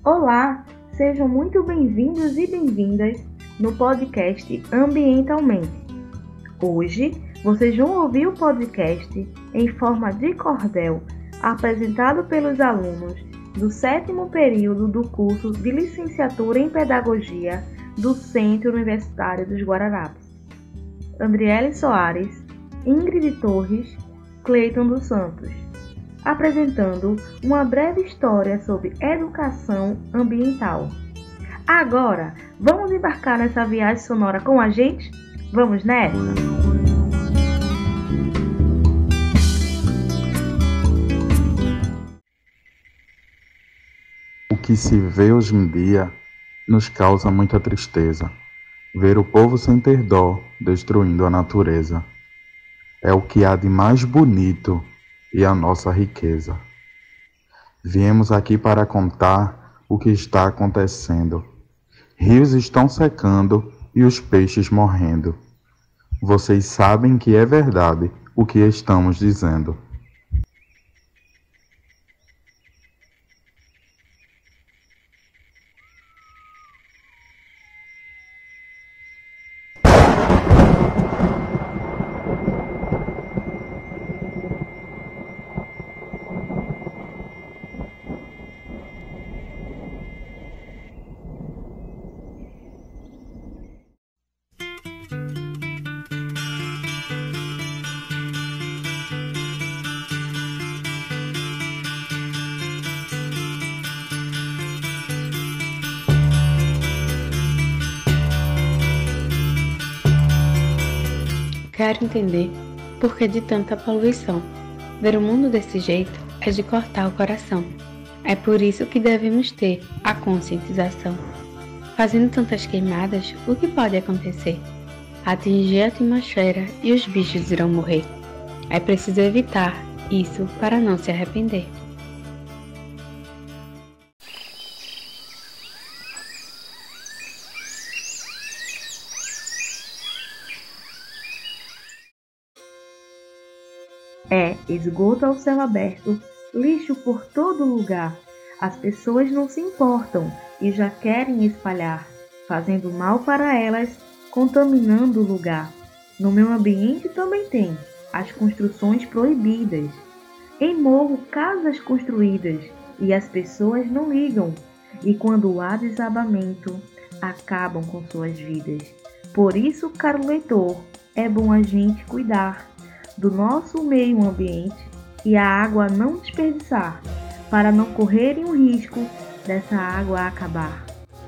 Olá, sejam muito bem-vindos e bem-vindas no podcast Ambientalmente. Hoje, vocês vão ouvir o podcast em forma de cordel, apresentado pelos alunos do 7º período do curso de Licenciatura em Pedagogia do Centro Universitário dos Guararapes. Andriele Soares, Ingrid Torres, Cleiton dos Santos, apresentando uma breve história sobre educação ambiental. Agora, vamos embarcar nessa viagem sonora com a gente? Vamos nessa? O que se vê hoje em dia nos causa muita tristeza. Ver o povo sem ter dó, destruindo a natureza. É o que há de mais bonito e a nossa riqueza. Viemos aqui para contar o que está acontecendo. Rios estão secando e os peixes morrendo. Vocês sabem que é verdade o que estamos dizendo. Quero entender por que de tanta poluição. Ver o mundo desse jeito é de cortar o coração. É por isso que devemos ter a conscientização. Fazendo tantas queimadas, o que pode acontecer? Atingir a atmosfera e os bichos irão morrer. É preciso evitar isso para não se arrepender. Esgoto ao céu aberto, lixo por todo lugar. As pessoas não se importam e já querem espalhar, fazendo mal para elas, contaminando o lugar. No meu ambiente também tem as construções proibidas. Em morro, casas construídas e as pessoas não ligam. E quando há desabamento, acabam com suas vidas. Por isso, caro leitor, é bom a gente cuidar do nosso meio ambiente e a água não desperdiçar, para não correrem o risco dessa água acabar.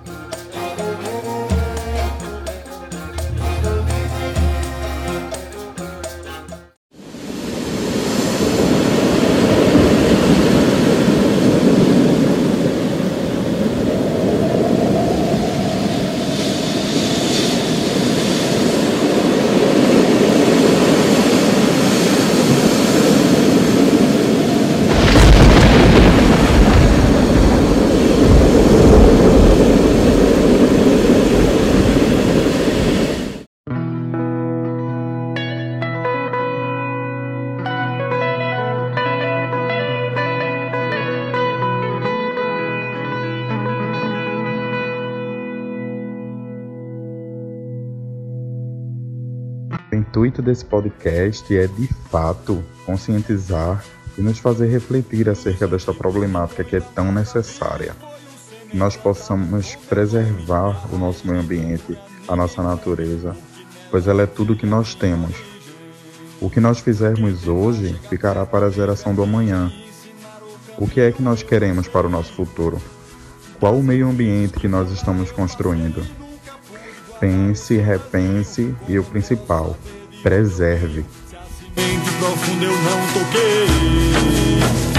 O intuito desse podcast é, de fato, conscientizar e nos fazer refletir acerca desta problemática que é tão necessária. Que nós possamos preservar o nosso meio ambiente, a nossa natureza, pois ela é tudo que nós temos. O que nós fizermos hoje ficará para a geração do amanhã. O que é que nós queremos para o nosso futuro? Qual o meio ambiente que nós estamos construindo? Pense, repense e o principal, preserve. Em que profundo eu não toquei.